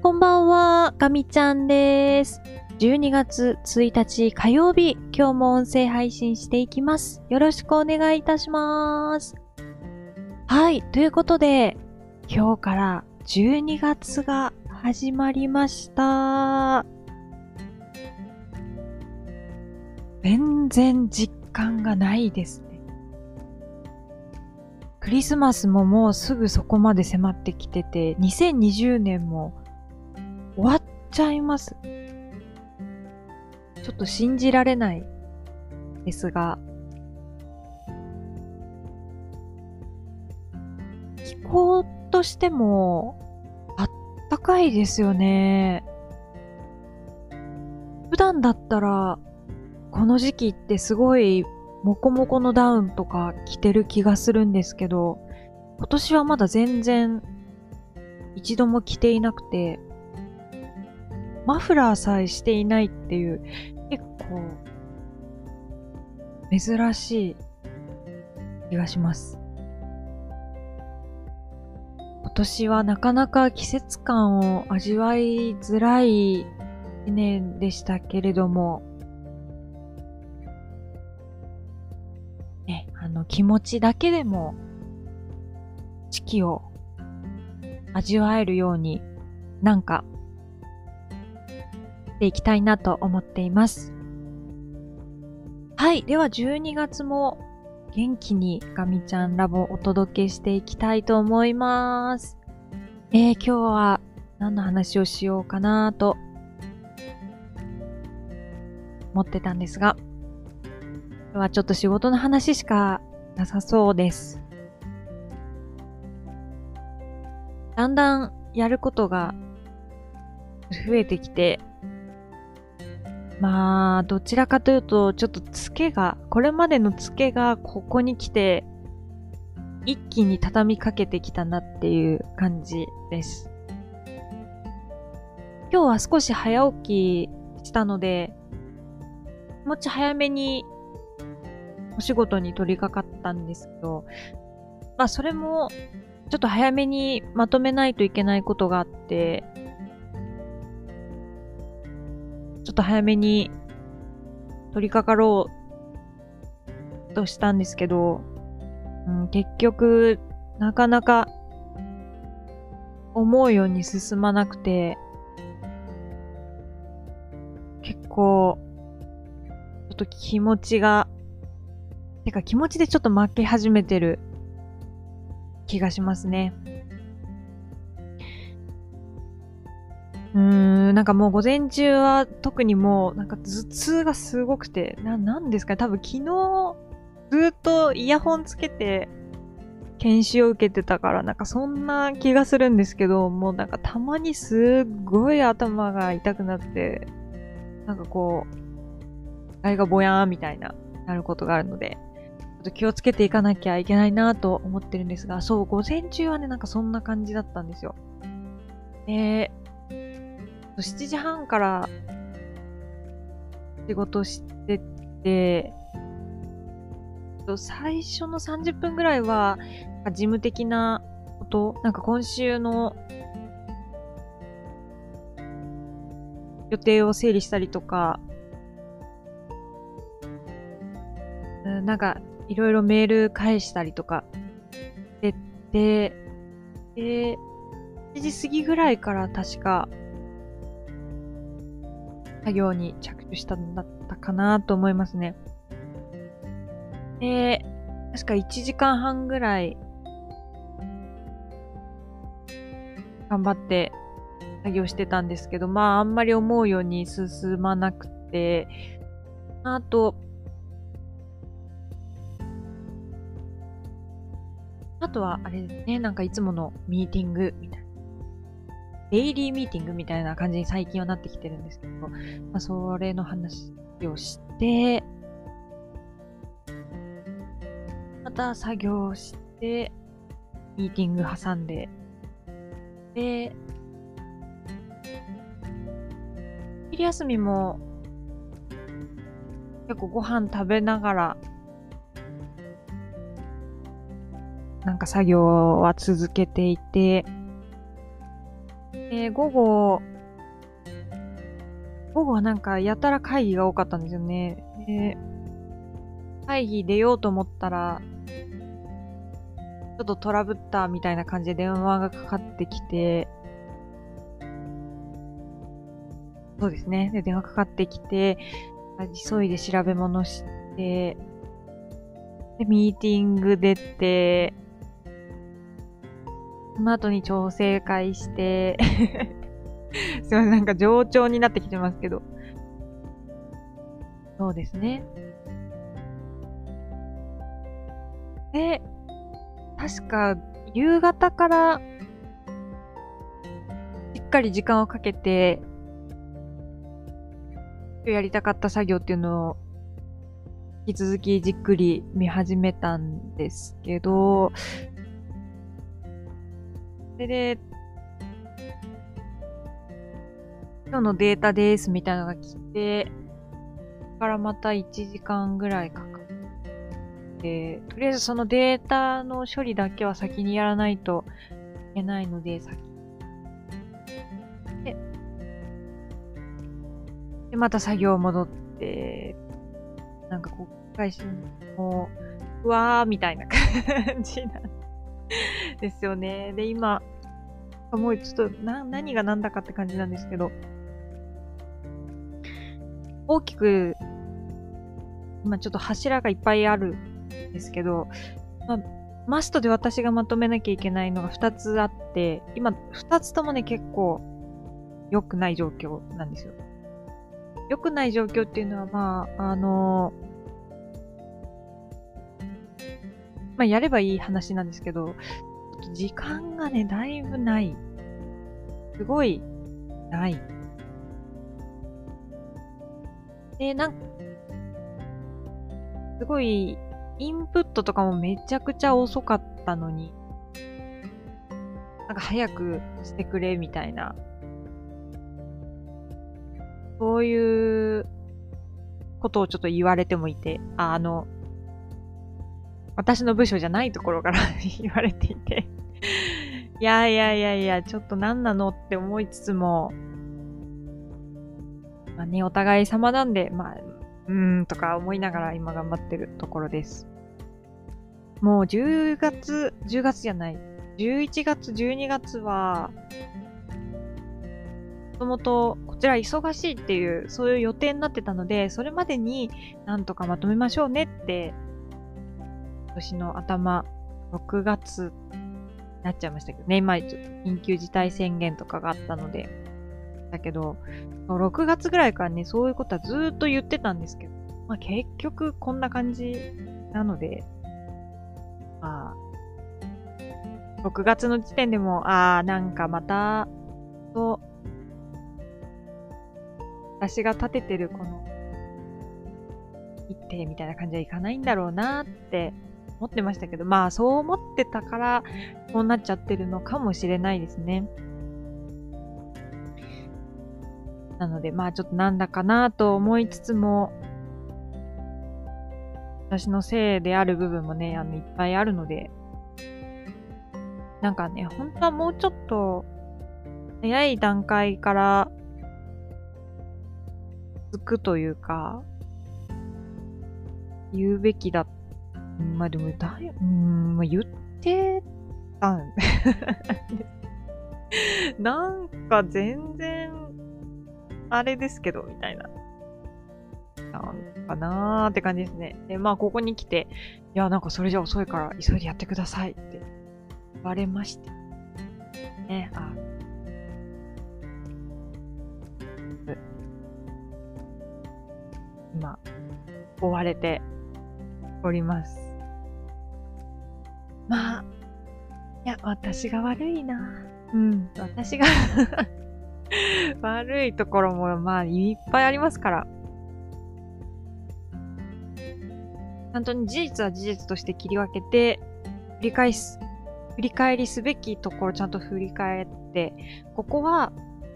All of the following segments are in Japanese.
こんばんは、ガミちゃんです。12月1日火曜日、今日も音声配信していきます。よろしくお願いいたします。はい、ということで、今日から12月が始まりました。全然実感がないですね。クリスマスももうすぐそこまで迫ってきてて、2020年も終わっちゃいます。ちょっと信じられないですが、気候としてもあったかいですよね。普段だったらこの時期ってすごいモコモコのダウンとか着てる気がするんですけど、今年はまだ全然一度も着ていなくて、マフラーさえしていないっていう結構珍しい気がします。今年はなかなか季節感を味わいづらい一年でしたけれども、ね、気持ちだけでも四季を味わえるようになんかしていきたいなと思っています。はい。では12月も元気にガミちゃんラボをお届けしていきたいと思います。今日は何の話をしようかなと思ってたんですが、今日はちょっと仕事の話しかなさそうです。だんだんやることが増えてきて、まあ、どちらかというと、ちょっとこれまでのツケがここに来て、一気に畳みかけてきたなっていう感じです。今日は少し早起きしたので、もうちょい早めにお仕事に取り掛かったんですけど、まあそれもちょっと早めにまとめないといけないことがあって、ちょっと早めに取り掛かろうとしたんですけど、結局なかなか思うように進まなくて、結構ちょっと気持ちでちょっと負け始めてる気がしますね。なんかもう午前中は特にもうなんか頭痛がすごくて、なんですかね、多分昨日ずっとイヤホンつけて研修を受けてたからなんかそんな気がするんですけど、もうなんかたまにすっごい頭が痛くなって、なんかこう、肺がぼやーんみたいなることがあるので、ちょっと気をつけていかなきゃいけないなと思ってるんですが、そう、午前中はね、なんかそんな感じだったんですよ。で、7時半から仕事してて、最初の30分ぐらいは、事務的なこと、なんか今週の予定を整理したりとか、なんかいろいろメール返したりとかで、7時過ぎぐらいから確か作業に着手したんだったかなと思いますね。で、確か1時間半ぐらい頑張って作業してたんですけど、まああんまり思うように進まなくて、あとはあれですね、なんかいつものミーティングみたいな。デイリーミーティングみたいな感じに最近はなってきてるんですけど、まあそれの話をして、また作業して、ミーティング挟んで、で、昼休みも結構ご飯食べながらなんか作業は続けていて、 午後はなんかやたら会議が多かったんですよね。会議出ようと思ったら、ちょっとトラブったみたいな感じで電話がかかってきて、そうですね。で、電話かかってきて、急いで調べ物して、で、ミーティング出て、その後に調整会して、すいません、なんか冗長になってきてますけど。そうですね。で、確か、夕方からしっかり時間をかけて、今日やりたかった作業っていうのを、引き続きじっくり見始めたんですけど、それで、今日のデータですみたいなのが来て、そこからまた1時間ぐらいかかって、とりあえずそのデータの処理だけは先にやらないといけないので、で、また作業戻って、なんかこう、返しもうわーみたいな感じなんですよね。で、今、もうちょっと何が何だかって感じなんですけど、大きく、今ちょっと柱がいっぱいあるんですけど、マストで私がまとめなきゃいけないのが2つあって、今2つともね結構良くない状況なんですよ。良くない状況っていうのはやればいい話なんですけど、時間がね、だいぶない。すごい、ない。で、すごい、インプットとかもめちゃくちゃ遅かったのに、なんか早くしてくれみたいな、そういうことをちょっと言われてもいて、私の部署じゃないところから言われていていや、ちょっと何なのって思いつつも、まあね、お互い様なんで、とか思いながら今頑張ってるところです。もう10月じゃない。11月、12月は、もともとこちら忙しいっていう、そういう予定になってたので、それまでになんとかまとめましょうねって、今年の頭、6月になっちゃいましたけどね、今ちょっと緊急事態宣言とかがあったので、だけど、6月ぐらいからね、そういうことはずーっと言ってたんですけど、結局こんな感じなので、6月の時点でも、なんかまた、私が立ててるこの一手みたいな感じはいかないんだろうなって思ってましたけど、そう思ってたから、こうなっちゃってるのかもしれないですね。なので、ちょっとなんだかなと思いつつも、私のせいである部分もね、いっぱいあるので、なんかね、本当はもうちょっと、早い段階から続くというか、言うべきだ。でも言ってたんなんか全然、あれですけど、みたいな。なんかなーって感じですね。で、ここに来て、いや、なんかそれじゃ遅いから急いでやってくださいって言われまして。ね、今、追われております。いや、私が悪いな。私が悪いところもいっぱいありますから。ちゃんと事実は事実として切り分けて、振り返りすべきところちゃんと振り返って、ここは、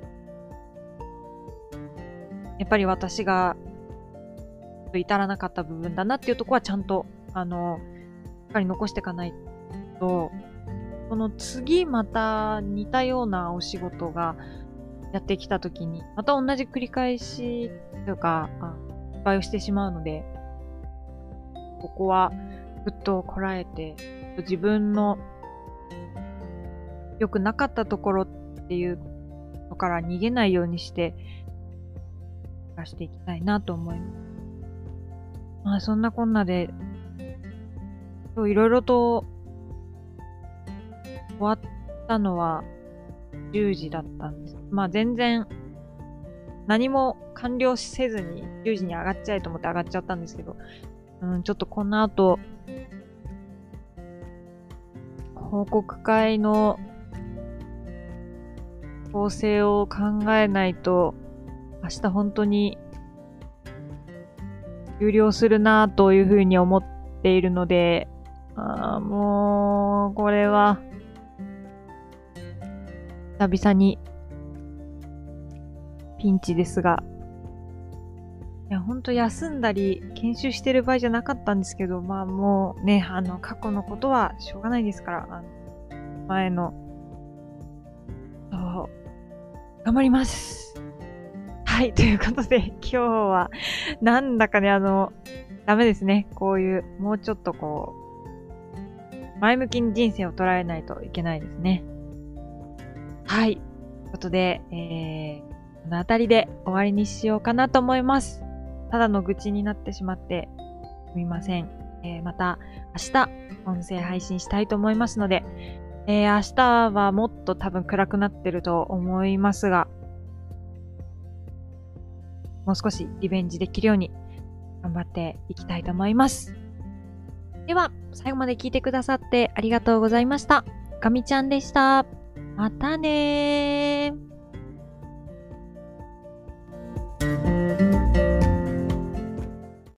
やっぱり私が至らなかった部分だなっていうところはちゃんと、しっかり残していかないと、この次また似たようなお仕事がやってきた時に、また同じ繰り返しというか、失敗をしてしまうので、ここはぐっとこらえて、自分の良くなかったところっていうのから逃げないようにして出していきたいなと思います。まあそんなこんなで今日いろいろと終わったのは10時だったんです。まあ全然何も完了せずに10時に上がっちゃえと思って上がっちゃったんですけど、ちょっとこの後報告会の構成を考えないと明日本当に有料するなというふうに思っているので、もうこれは久々にピンチですが、いや本当休んだり研修してる場合じゃなかったんですけど、まあもうね、過去のことはしょうがないですから、前の頑張ります。はい、ということで今日はなんだかね、ダメですね。こういう、もうちょっとこう、前向きに人生を捉えないといけないですね。はい。ということで、このあたりで終わりにしようかなと思います。ただの愚痴になってしまってすみません。また明日音声配信したいと思いますので、明日はもっと多分暗くなってると思いますが、もう少しリベンジできるように頑張っていきたいと思います。では、最後まで聞いてくださってありがとうございました。かみちゃんでした。またねー。